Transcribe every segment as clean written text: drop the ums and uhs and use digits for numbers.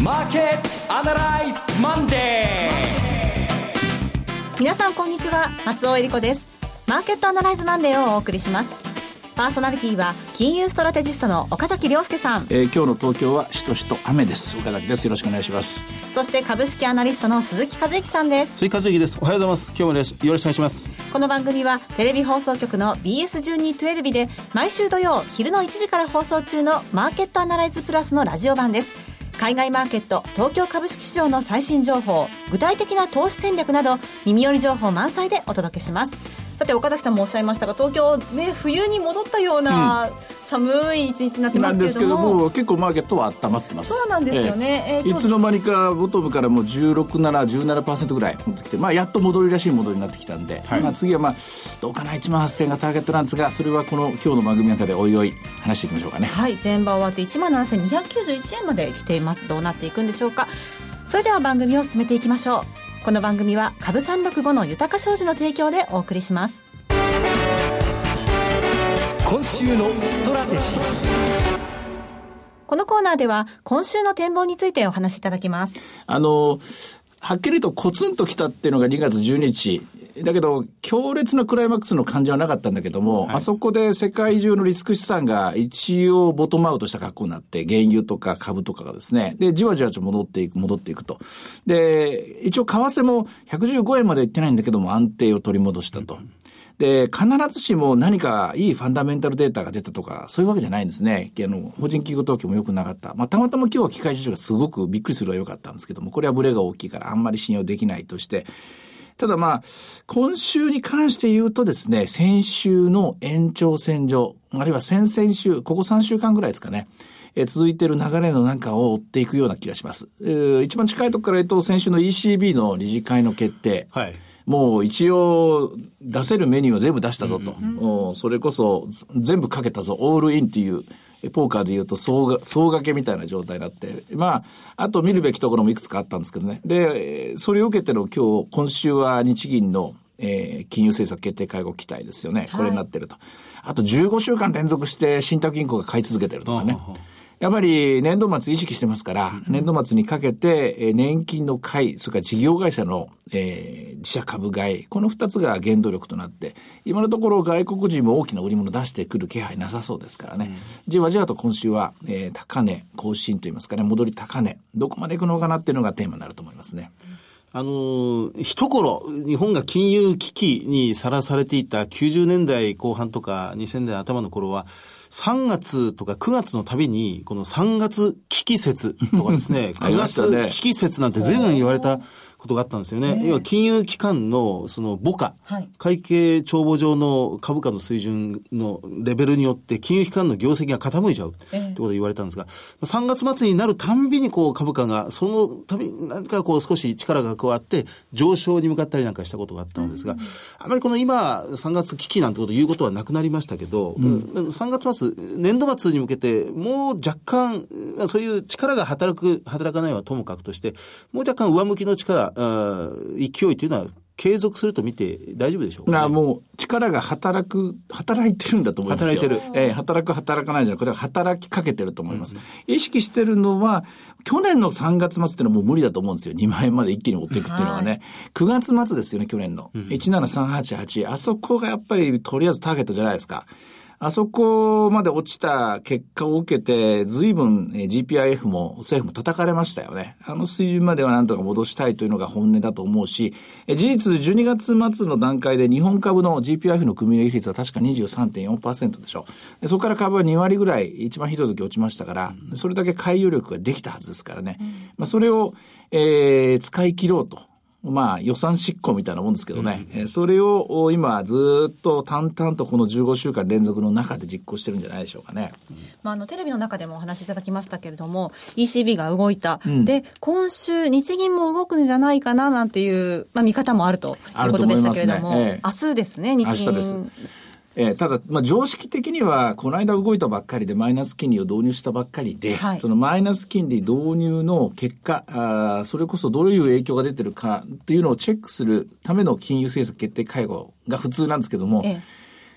マーケットアナライズマンデー。 皆さんこんにちは、松尾恵理子です。マーケットアナライズマンデーをお送りします。パーソナリティは金融ストラテジストの岡崎亮介さん。 今日の東京はしとしと雨です。岡崎です。よろしくお願いします。 そして株式アナリストの鈴木和之さんです。 鈴木和之です。おはようございます。今日もよろしくお願いします。 この番組はテレビ放送局の BS1212 で毎週土曜昼の1時から放送中のマーケットアナライズプラスのラジオ版です。海外マーケット、東京株式市場の最新情報、具体的な投資戦略など耳寄り情報満載でお届けします。さて岡崎さんもおっしゃいましたが、東京、ね、冬に戻ったような、寒い一日になってますけれども、なんですけども結構マーケットは温まってます。 そうなんですよね、 いつの間にかボトムからもう 16、17% ぐらい持ってきて、やっと戻りらしい戻りになってきたんで、次はどうかな18,000がターゲットなんですが、それは今日の番組の中でおいおい話していきましょうかね。 はい、前場終わって 17,291 円まで来ています。どうなっていくんでしょうか。それでは番組を進めていきましょう。この番組は株365の豊か商事の提供でお送りします。 今週のストラテジー。 このコーナーでは今週の展望についてお話しいただきます。 はっきりとコツンときたっていうのが2月12日だけど、強烈なクライマックスの感じはなかったんだけども、あそこで世界中のリスク資産が一応ボトムアウトした格好になって、原油とか株とかがですね、でじわじわと戻っていくと。で一応為替も115円までいってないんだけども安定を取り戻したと。で必ずしも何かいいファンダメンタルデータが出たとかそういうわけじゃないんですね。法人企業統計も良くなかった。たまたま今日は機械市場がすごくびっくりするは良かったんですけども、これはブレが大きいからあんまり信用できないとして、ただ今週に関して言うとですね、先週の延長線上、あるいは先々週、ここ3週間ぐらいですかね、続いている流れのなんかを追っていくような気がします。一番近いところから言うと、先週の ECB の理事会の決定。もう一応出せるメニューを全部出したぞと、それこそ全部かけたぞ、オールインっていうポーカーで言うと総掛けみたいな状態になって、あと見るべきところもいくつかあったんですけどね。でそれを受けての今週は日銀の、金融政策決定会合期待ですよね。これになってると、あと15週間連続して信託銀行が買い続けてるとかね。やっぱり年度末意識してますから、年度末にかけて年金の買い、それから事業会社の自社株買い、この2つが原動力となって、今のところ外国人も大きな売り物出してくる気配なさそうですからね。じわじわと今週は高値更新といいますかね、戻り高値、どこまでいくのかなっていうのがテーマになると思いますね。 一頃日本が金融危機にさらされていた90年代後半とか2000年代頭の頃は、3月とか9月のたびにこの3月危機説とかですね9月危機説なんて随分言われたことがあったんですよね。要は金融機関のその母価、会計帳簿上の株価の水準のレベルによって金融機関の業績が傾いちゃうってことを言われたんですが、3月末になるたんびに株価がそのたびに何か少し力が加わって上昇に向かったりなんかしたことがあったのですが、あまり今3月危機なんてことを言うことはなくなりましたけど、3月末年度末に向けてもう若干そういう力が働かないはともかくとして、もう若干上向きの力、勢いというのは継続すると見て大丈夫でしょうかね。 もう力が働いてるんだと思いますよ。働かないじゃなくて、これは働きかけてると思います。意識してるのは去年の3月末っていうのはもう無理だと思うんですよ。2万円まで一気に追っていくっていうのはね、9月末ですよね、去年の、17388、あそこがやっぱりとりあえずターゲットじゃないですか。あそこまで落ちた結果を受けて、随分 GPIF も政府も叩かれましたよね。あの水準まではなんとか戻したいというのが本音だと思うし、事実12月末の段階で日本株の GPIF の組み入れ比率は確か 23.4% でしょ。そこから株は2割ぐらい一番ひどい時落ちましたから、それだけ買い余力ができたはずですからね。それを、使い切ろうと。予算執行みたいなもんですけどね、それを今ずっと淡々とこの15週間連続の中で実行してるんじゃないでしょうかね。 テレビの中でもお話しいただきましたけれども ECB が動いた、で今週日銀も動くんじゃないかななんていう、見方もあるということでしたけれども、明日ですね、日銀。 明日です。ただ、常識的にはこの間動いたばっかりでマイナス金利を導入したばっかりで、そのマイナス金利導入の結果、それこそどういう影響が出てるかっていうのをチェックするための金融政策決定会合が普通なんですけども、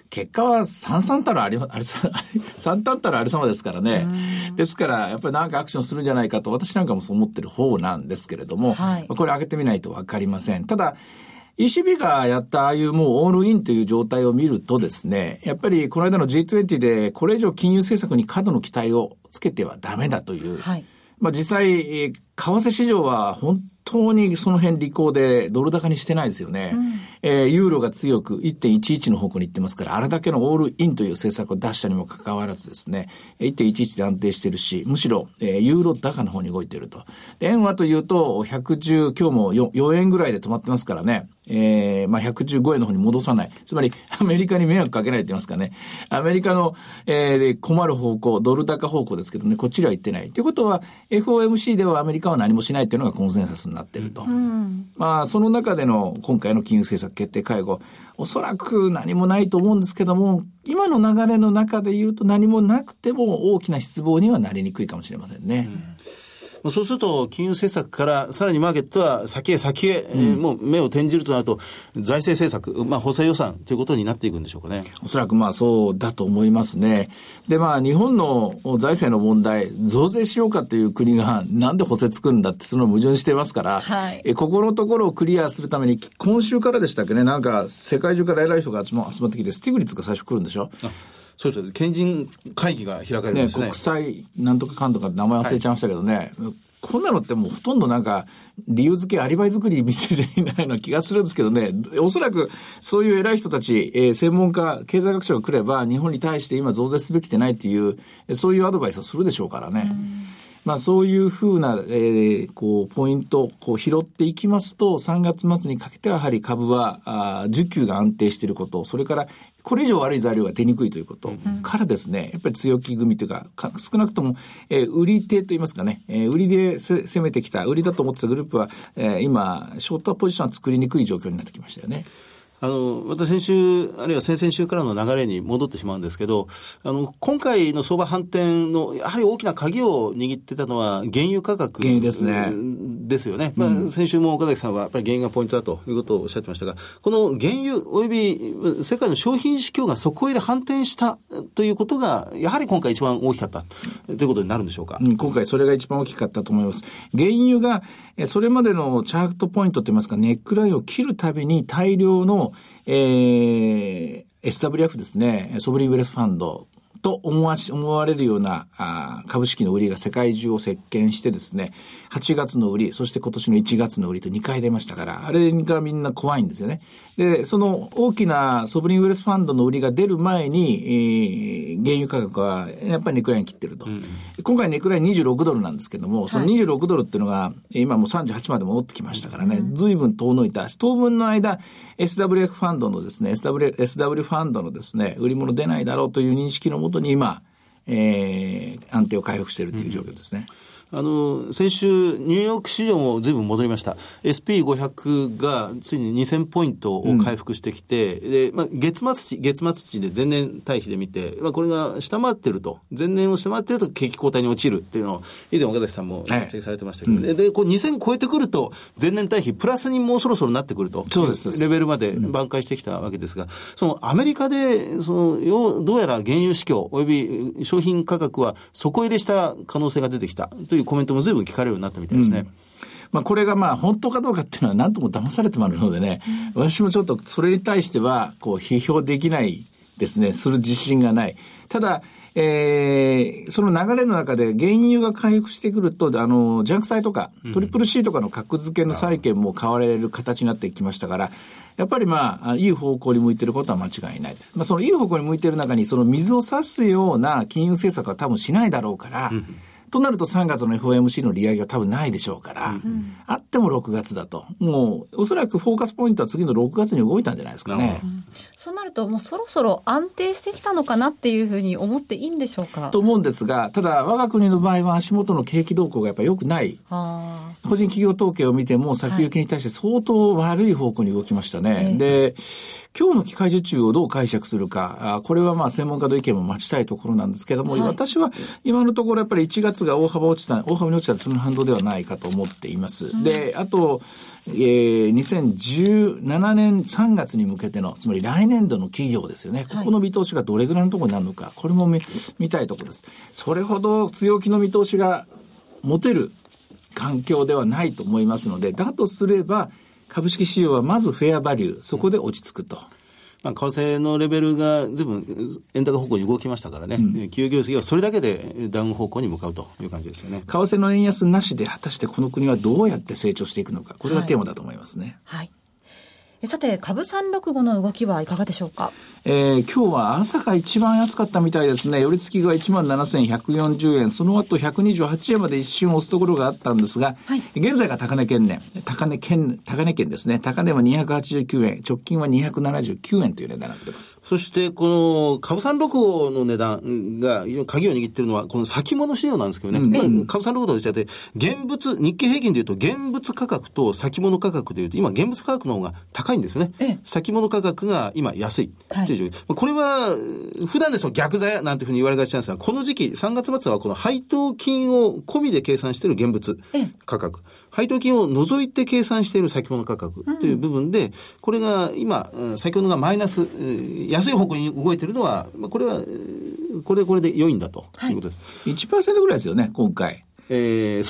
結果は三々たる三々たるありさまですからね。ですから、やっぱりなんかアクションするんじゃないかと、私なんかもそう思ってる方なんですけれども、はい、これ上げてみないとわかりません。ただ、ECB がやったああいうもうオールインという状態を見るとですね、やっぱりこの間の G20 でこれ以上金融政策に過度の期待をつけてはダメだという、はい、実際、為替市場は本当にその辺利口でドル高にしてないですよね。ユーロが強く 1.11 の方向に行ってますから、あれだけのオールインという政策を出したにもかかわらずですね、1.11 で安定しているし、むしろ、ユーロ高の方に動いていると。円はというと、110、今日も 4円ぐらいで止まってますからね。115円の方に戻さない。つまり、アメリカに迷惑かけないって言いますかね。アメリカの、困る方向、ドル高方向ですけどね、こっちは行ってない。ということは、FOMC ではアメリカは何もしないというのがコンセンサスになっていると。その中での今回の金融政策決定会合、おそらく何もないと思うんですけども、今の流れの中で言うと何もなくても大きな失望にはなりにくいかもしれませんね。 そうすると金融政策からさらにマーケットは先へ、もう目を転じるとなると財政政策、補正予算ということになっていくんでしょうかね。 おそらくそうだと思いますね。で日本の財政の問題、増税しようかという国がなんで補正作るんだってその矛盾していますから、はい、ここのところをクリアするために今週からでしたっけね、なんか世界中から偉い人が集まってきてスティグリッツが最初来るんでしょ。 そうです。賢人会議が開かれるんですね。 国際なんとかかんとかって名前忘れちゃいましたけどね、はい、こんなのってもうほとんどなんか理由付けアリバイ作り見せていないような気がするんですけどね、おそらくそういう偉い人たち、専門家経済学者が来れば日本に対して今増税すべきでないっていうそういうアドバイスをするでしょうからね。そういうふうな、ポイントを拾っていきますと、3月末にかけてはやはり株は需給が安定していること、それからこれ以上悪い材料が出にくいということからですね、やっぱり強気組というか、少なくとも、売り手といいますかね、売りで攻めてきた、売りだと思ってたグループは、今、ショートポジションは作りにくい状況になってきましたよね。 また先週、あるいは先々週からの流れに戻ってしまうんですけど、今回の相場反転の、やはり大きな鍵を握ってたのは、原油価格。 原油ですね。 ですよね。先週も岡崎さんは、やっぱり原油がポイントだということをおっしゃってましたが、この原油及び世界の商品市況が底入れ反転したということが、やはり今回一番大きかったということになるんでしょうか。 今回それが一番大きかったと思います。原油が、それまでのチャートポイントといいますか、ネックラインを切るたびに大量のSWF ですね、ソブリンウェルスファンドと思われるような株式の売りが世界中を席巻してですね、8月の売り、そして今年の1月の売りと2回出ましたから、あれがみんな怖いんですよね。で、その大きなソブリンウェルスファンドの売りが出る前に、原油価格はやっぱりネックライン切ってると。今回ネックライン26ドルなんですけども、その26ドルっていうのが今もう38まで戻ってきましたからね、随分遠のいた。当分の間、SWF ファンドのですね、SW ファンドのですね、売り物出ないだろうという認識のもとに今、安定を回復しているという状況ですね。 先週ニューヨーク市場も随分戻りました。SP500 がついに2000ポイントを回復してきて、で、月末値で前年対比で見て、これが下回ってると、前年を下回ってると景気後退に落ちるっていうのを以前岡崎さんも指摘されてましたけど、で、2000超えてくると前年対比プラスにもうそろそろなってくると、そうですレベルまで挽回してきたわけですが、そのアメリカでどうやら原油市況および商品価格は底入れした可能性が出てきたというコメントも随分聞かれるようになったみたいですね。 これが本当かどうかっていうのは何とも騙されてもあるのでね、私もちょっとそれに対しては批評できないですね、する自信がない。ただ、その流れの中で原油が回復してくると、ジャンク債とかトリプル C とかの格付けの債券も買われる形になってきましたから、やっぱりいい方向に向いていることは間違いない。そのいい方向に向いている中にその水を差すような金融政策は多分しないだろうから、となると3月の FOMC の利上げは多分ないでしょうから、あっても6月だと。もうおそらくフォーカスポイントは次の6月に動いたんじゃないですかね。 そうなるともうそろそろ安定してきたのかなっていうふうに思っていいんでしょうか。 と思うんですが、ただ我が国の場合は足元の景気動向がやっぱり良くない。個人企業統計を見ても先行きに対して相当悪い方向に動きましたね。で、今日の機械受注をどう解釈するか、これは専門家の意見も待ちたいところなんですけども、私は今のところやっぱり1月月が大幅に落ちたその反動ではないかと思っています。で、あと、2017年3月に向けての、つまり来年度の企業ですよね。ここの見通しがどれぐらいのところになるのか、これも見たいところです。それほど強気の見通しが持てる環境ではないと思いますので、だとすれば、株式市場はまずフェアバリュー、そこで落ち着くと。 為替のレベルが随分円高方向に動きましたからね、企業業績はそれだけでダウン方向に向かうという感じですよね。 為替の円安なしで果たしてこの国はどうやって成長していくのか、これがテーマだと思いますね。 はい。さて、株365の動きはいかがでしょうか。 今日は朝が一番安かったみたいですね。寄り付きが 17,140 円、その後128円まで一瞬押すところがあったんですが、はい、現在が高値圏ですね。高値は289円、直近は279円という値段になっています。 そしてこの株365の値段が鍵を握っているのはこの先物市場なんですけどね、株365と言っちゃって、現物、日経平均でいうと現物価格と先物価格でいうと今現物価格の方が高いんですよね。先物価格が今安いという状況、これは普段ですと逆座なんていうふうに言われがちなんですが、この時期3月末はこの配当金を込みで計算している現物価格、配当金を除いて計算している先物価格という部分で、これが今先ほどがマイナス安い方向に動いているのは、これはこれで良いんだということです。 1% ぐらいですよね今回。 そうです。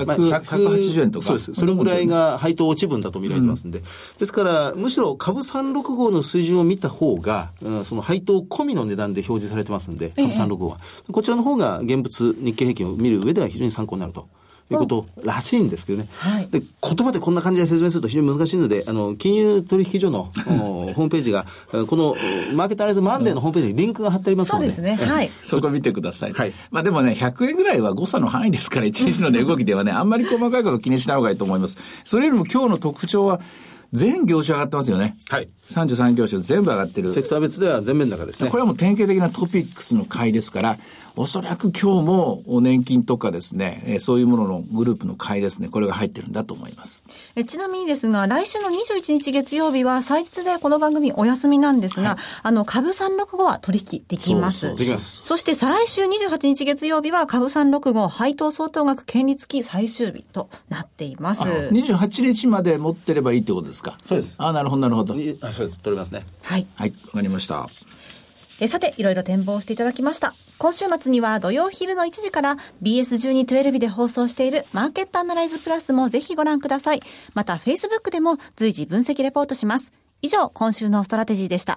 180円とか。 そうです。それぐらいが配当落ち分だと見られてますんで。ですから、むしろ株365の水準を見た方が、その配当込みの値段で表示されてますんで、株365は。こちらの方が現物、日経平均を見る上では非常に参考になるということらしいんですけどね。で、言葉でこんな感じで説明すると非常に難しいので、金融取引所のホームページが、このマーケットアナライズマンデーのホームページにリンクが貼ってありますので。 そうですね。はい。 そこ見てください。はい。でもね、100円ぐらいは誤差の範囲ですから、1日の値動きではね、あんまり細かいこと気にしない方がいいと思います。それよりも今日の特徴は、全業種上がってますよね。はい。33業種全部上がってる。 セクター別では全面高ですね。 これはもう典型的なトピックスの買いですから、おそらく今日も年金とかですね、そういうもののグループの買いですね、これが入ってるんだと思います。 ちなみにですが、来週の21日月曜日は祭日でこの番組お休みなんですが、株365は取引できます。 できます。 そして再来週28日月曜日は株365配当相当額権利付き最終日となっています。 28日まで持ってればいいってことですか。 そうです。 なるほどなるほど。 そうです。取れますね。 はい。 はい、わかりました。 さて、いろいろ展望していただきました。今週末には土曜昼の1時から BS1212 で放送しているマーケットアナライズプラスもぜひご覧ください。また Facebook でも随時分析レポートします。以上、今週のストラテジーでした。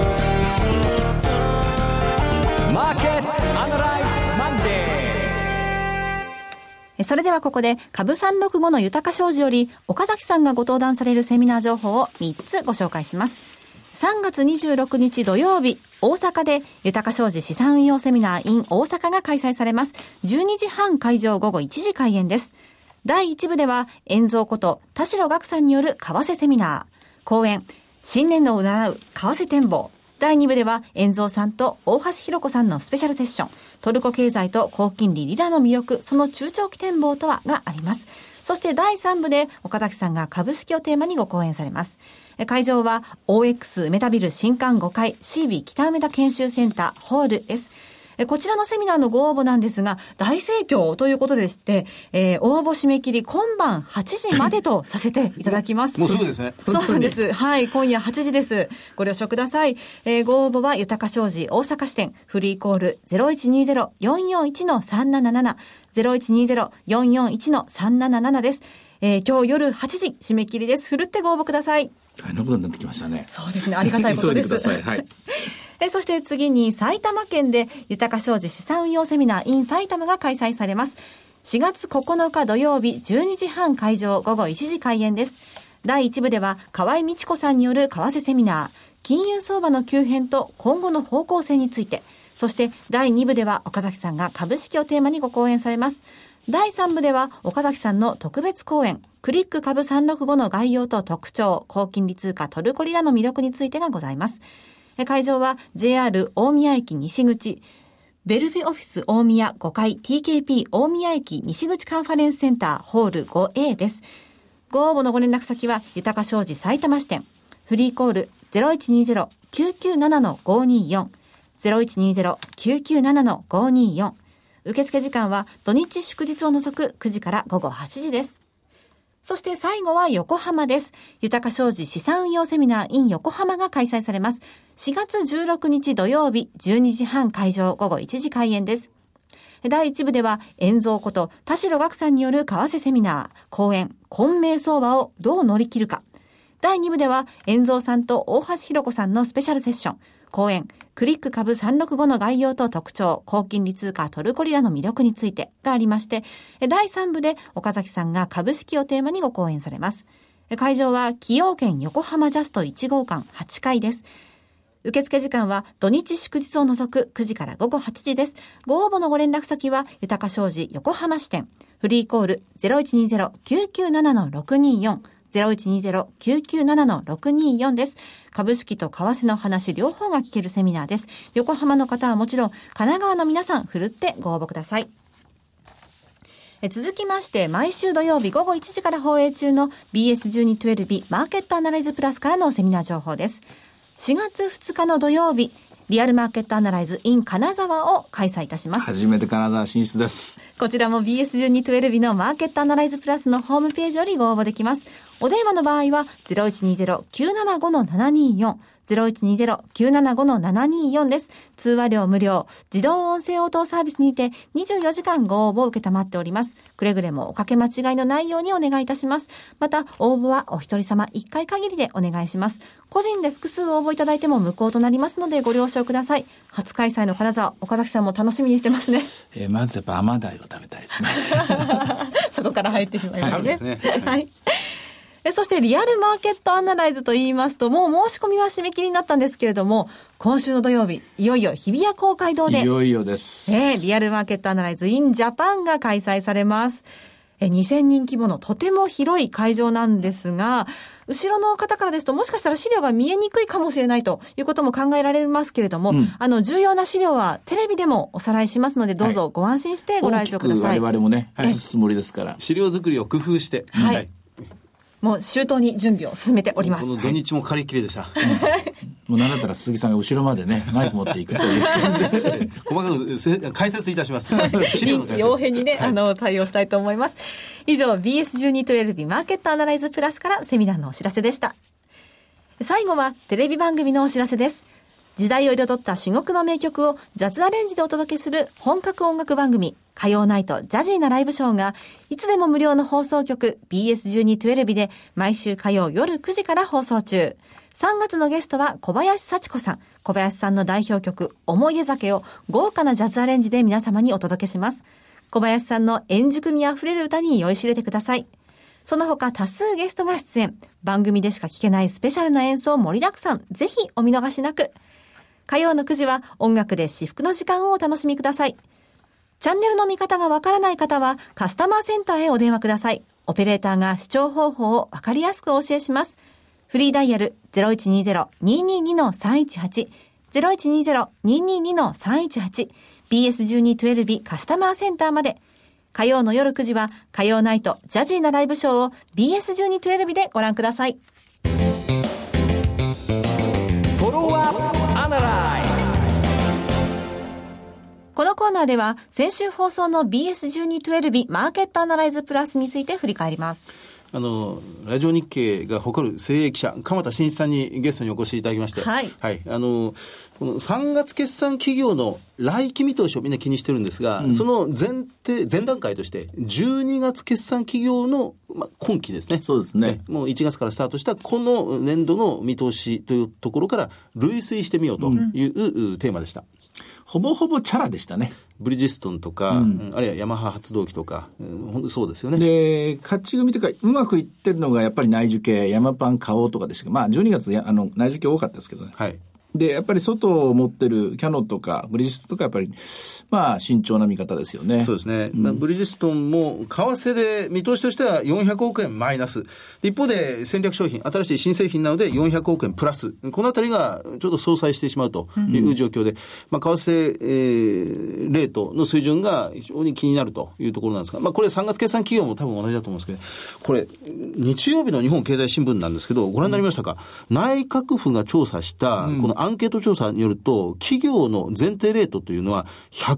マーケットアナライズマンデー。それではここで株365の豊か商事より岡崎さんがご登壇されるセミナー情報を3つご紹介します。3月26日土曜日、大阪で豊か商事資産運用セミナー in 大阪が開催されます。12時半会場、午後1時開演です。第1部では、円蔵こと田代岳さんによる為替セミナー。講演、新年度を占う為替展望。第2部では、円蔵さんと大橋弘子さんのスペシャルセッション。トルコ経済と高金利リラの魅力、その中長期展望とはがあります。そして第3部で岡崎さんが株式をテーマにご講演されます。会場は OX 梅田ビル新館5階 CB 北梅田研修センターホールです。こちらのセミナーのご応募なんですが、大盛況ということでして、応募締め切り今晩8時までとさせていただきます。 もうすぐですね。 そうなんです。はい、今夜8時です。ご了承ください。ご応募は豊か商事大阪支店フリーコール 0120-441-377 0120-441-377 です。今日夜8時締め切りです。ふるってご応募ください。 大変なことになってきましたね。 そうですね。ありがたいことです。 急いでください。はい。 そして次に埼玉県で豊か商事資産運用セミナー in 埼玉が開催されます。4月9日土曜日12時半会場、午後1時開演です。第1部では河合美智子さんによる為替セミナー、金融相場の急変と今後の方向性について、そして第2部では岡崎さんが株式をテーマにご講演されます。第3部では岡崎さんの特別講演、クリック株365の概要と特徴、高金利通貨トルコリラの魅力についてがございます。会場は JR 大宮駅西口、ベルビオフィス大宮5階 TKP 大宮駅西口カンファレンスセンターホール 5A です。ご応募のご連絡先は豊か商事埼玉支店、フリーコール 0120-997-524 0120-997-524、 受付時間は土日祝日を除く9時から午後8時です。そして最後は横浜です。豊か商事資産運用セミナー in 横浜が開催されます。4月16日土曜日12時半会場、午後1時開演です。第1部では、円蔵こと田代岳さんによる為替セミナー、講演、混迷相場をどう乗り切るか。第2部では、円蔵さんと大橋弘子さんのスペシャルセッション、講演、クリック株365の概要と特徴、高金利通貨トルコリラの魅力についてがありまして、第3部で岡崎さんが株式をテーマにご講演されます。会場は、崎陽軒横浜ジャスト1号館8階です。受付時間は土日祝日を除く9時から午後8時です。ご応募のご連絡先は豊か商事横浜支店、フリーコール 0120-997-624 0120-997-624 です。株式と為替の話両方が聞けるセミナーです。横浜の方はもちろん神奈川の皆さんふるってご応募ください。続きまして毎週土曜日午後1時から放映中の BS1212 マーケットアナライズプラスからのセミナー情報です。4月2日の土曜日、リアルマーケットアナライズ in 金沢を開催いたします。 初めて金沢進出です。 こちらも BS1212 のマーケットアナライズプラスのホームページよりご応募できます。お電話の場合は 0120-975-724 0120-975-724 です。通話料無料、自動音声応答サービスにて24時間ご応募を受けたまっております。くれぐれもおかけ間違いのないようにお願いいたします。また、応募はお一人様1回限りでお願いします。個人で複数応募いただいても無効となりますのでご了承ください。初開催の金沢、岡崎さんも楽しみにしてますね。 まずやっぱ甘鯛を食べたいですね。 そこから入ってしまいますね。 はいですね。 はい。そしてリアルマーケットアナライズと言いますと、もう申し込みは締め切りになったんですけれども、今週の土曜日、いよいよ日比谷公会堂で、 いよいよです。 リアルマーケットアナライズ in ジャパンが開催されます。2000人規模のとても広い会場なんですが、後ろの方からですともしかしたら資料が見えにくいかもしれないということも考えられますけれども、重要な資料はテレビでもおさらいしますので、どうぞご安心してご来場ください。 大きく我々もね、話すつもりですから。 資料作りを工夫して。 はい。もう周到に準備を進めております。 この土日も借りきりでした。 もうなんだったら鈴木さんが後ろまでね、マイク持っていくという。 細かく解説いたします。 臨機応変にね、対応したいと思います。以上、BS1212 マーケットアナライズプラスからセミナーのお知らせでした。最後はテレビ番組のお知らせです。時代を彩った至極の名曲をジャズアレンジでお届けする本格音楽番組、火曜ナイトジャジーなライブショーがいつでも無料の放送局 BS1212 で毎週火曜夜9時から放送中。3月のゲストは小林幸子さん。小林さんの代表曲思い出酒を豪華なジャズアレンジで皆様にお届けします。小林さんの円熟味あふれる歌に酔いしれてください。その他多数ゲストが出演。番組でしか聴けないスペシャルな演奏盛りだくさん。ぜひお見逃しなく。火曜の9時は音楽で至福の時間をお楽しみください。チャンネルの見方がわからない方はカスタマーセンターへお電話ください。オペレーターが視聴方法をわかりやすくお教えします。フリーダイヤル 0120-222-318 0120-222-318 BS1212 カスタマーセンターまで。火曜の夜9時は火曜ナイトジャジーなライブショーを BS1212 でご覧ください。このコーナーでは先週放送の BS1212 マーケットアナライズプラスについて振り返ります。 ラジオ日経が誇る精鋭記者鎌田新一さんにゲストにお越しいただきまして、はい、はい、この3月決算企業の来期見通しをみんな気にしてるんですが、その前段階として12月決算企業の、今期ですね。 そうですね。 もう1月からスタートしたこの年度の見通しというところから類推してみようという、テーマでした。 ほぼほぼチャラでしたね。 ブリヂストンとか、あるいはヤマハ発動機とか、本当そうですよね。 で、勝ち組というか、うまくいってるのがやっぱり内需系、ヤマパン買おうとかでしたけど、12月内需系多かったですけどね。はい。で、やっぱり外を持ってるキャノンとかブリヂストンとかやっぱり慎重な見方ですよね。 そうですね。ブリヂストンも為替で見通しとしては400億円マイナス。一方で戦略商品、新しい新製品なので400億円プラス。このあたりがちょっと相殺してしまうという状況で、為替、レートの水準が非常に気になるというところなんですが、これ3月決算企業も多分同じだと思うんですけど、これ日曜日の日本経済新聞なんですけど、ご覧になりましたか？内閣府が調査したこの暗アンケート調査によると、企業の前提レートというのは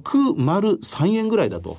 103円ぐらいだという、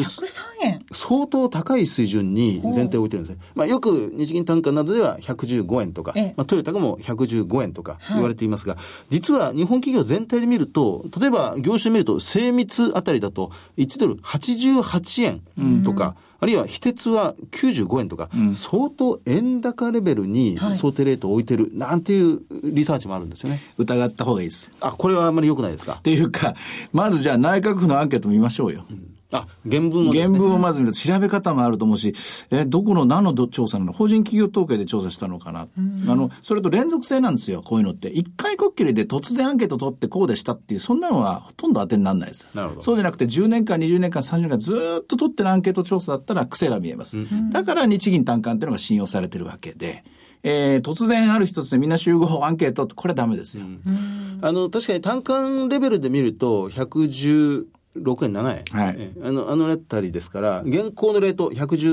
103円相当高い水準に前提を置いてるんですね。よく日銀短観などでは115円とか、トヨタがもう115円とか言われていますが、実は日本企業全体で見ると、例えば業種で見ると精密あたりだと1ドル88円とか、あるいは非鉄は95円とか、相当円高レベルに想定レートを置いてるなんていうリサーチもあるんですよね。 疑った方がいいです。 これはあんまり良くないですか。 っていうか、まずじゃあ内閣府のアンケート見ましょうよ。 原文をですね。 原文をまず見ると調べ方もあると思うし、どこの何の調査なの、法人企業統計で調査したのかな。それと連続性なんですよ、こういうのって。一回こっきりで突然アンケート取ってこうでしたっていう、そんなのはほとんど当てにならないです。 なるほど。 そうじゃなくて10年間、20年間、30年間ずっと取ってるアンケート調査だったら癖が見えます。だから日銀短観っていうのが信用されてるわけで、突然ある一つでみんな集合アンケートってこれはダメですよ。 確かに単価レベルで見ると116円7円。 はい。 あのあたりですから、現行のレート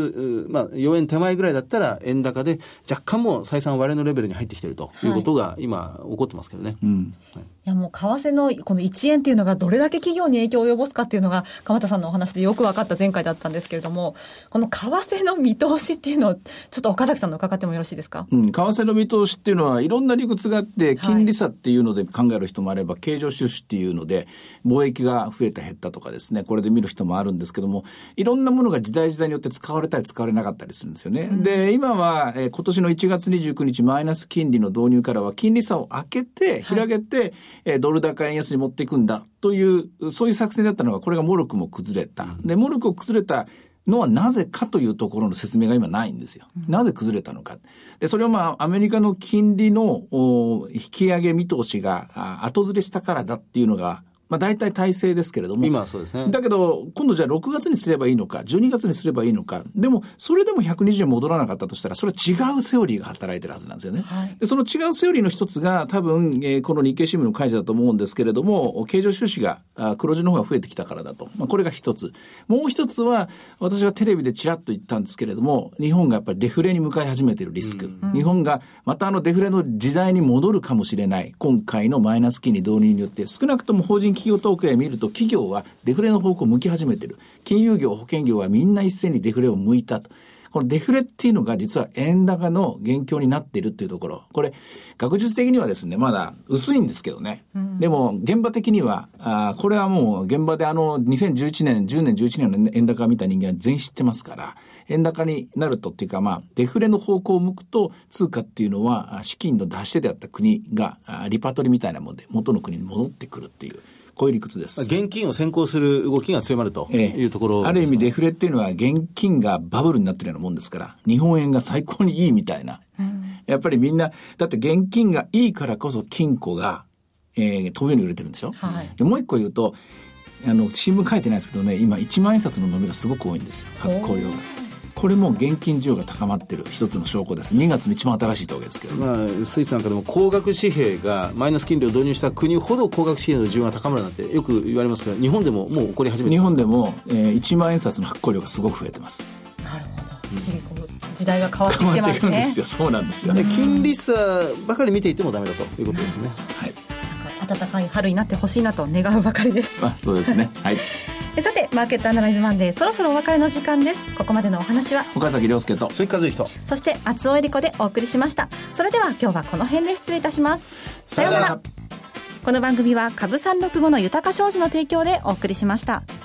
4円手前ぐらいだったら円高で、若干もう採算割れのレベルに入ってきているということが今起こってますけどね。 いやもう為替のこの1円っていうのがどれだけ企業に影響を及ぼすかっていうのが鎌田さんのお話でよく分かった前回だったんですけれども、この為替の見通しっていうのをちょっと岡崎さんの伺ってもよろしいですか。 為替の見通しっていうのはいろんな理屈があって、金利差っていうので考える人もあれば、経常収支っていうので貿易が増えた減ったとかですね、これで見る人もあるんですけども、いろんなものが時代時代によって使われたり使われなかったりするんですよね。で今は、今年の1月29日マイナス金利の導入からは金利差を開けて広げて、ドル高円安に持っていくんだというそういう作戦だったのが、これがもろくも崩れた。でもろく崩れたのはなぜかというところの説明が今ないんですよ。なぜ崩れたのか。でそれはアメリカの金利の引き上げ見通しが後ずれしたからだっていうのが大体体制ですけれども。 今はそうですね。 だけど、今度じゃあ6月にすればいいのか、12月にすればいいのか。でも、それでも120円戻らなかったとしたら、それは違うセオリーが働いてるはずなんですよね。でその違うセオリーの一つが、多分、この日経新聞の解説だと思うんですけれども、経常収支が、黒字の方が増えてきたからだと。これが一つ。もう一つは、私がテレビでちらっと言ったんですけれども、日本がやっぱりデフレに向かい始めているリスク。日本がまたデフレの時代に戻るかもしれない。今回のマイナス金利導入によって、少なくとも法人企業統計を見ると企業はデフレの方向を向き始めている。金融業、保険業はみんな一斉にデフレを向いたと。このデフレっていうのが実は円高の元凶になっているっていうところ。これ学術的にはですね、まだ薄いんですけどね。でも現場的には、これはもう現場で2011年、10年、11年の円高を見た人間は全員知ってますから、円高になるとっていうか、デフレの方向を向くと通貨っていうのは資金の出し手であった国がリパトリみたいなもので元の国に戻ってくるっていう。こういう理屈です。 現金を先行する動きが強まるというところです、 ある意味デフレっていうのは現金がバブルになってるようなもんですから、日本円が最高にいいみたいな。やっぱりみんな、だって現金がいいからこそ金庫が、飛ぶように売れてるんでしょ。でもう一個言うと、新聞書いてないですけどね、今1万円札の伸びがすごく多いんですよ。発行量が。これも現金需要が高まっている一つの証拠です。2月の一番新しい統計ですけど、 スイスなんかでも高額紙幣がマイナス金利を導入した国ほど高額紙幣の需要が高まるなんてよく言われますけど、日本でももう起こり始めてます。 日本でも、1万円札の発行量がすごく増えてます。 なるほど。時代が変わってきてますね。 変わってくるんですよ。そうなんですよ。 金利差ばかり見ていてもダメだということですね。 はい。 暖かい春になってほしいなと願うばかりです。 そうですね。はい。 さてマーケットアナライズマンデー、そろそろお別れの時間です。ここまでのお話は岡崎亮介と鈴木和之と、 そして厚尾恵理子でお送りしました。それでは今日はこの辺で失礼いたします。さようなら。この番組は株365の豊か商事の提供でお送りしました。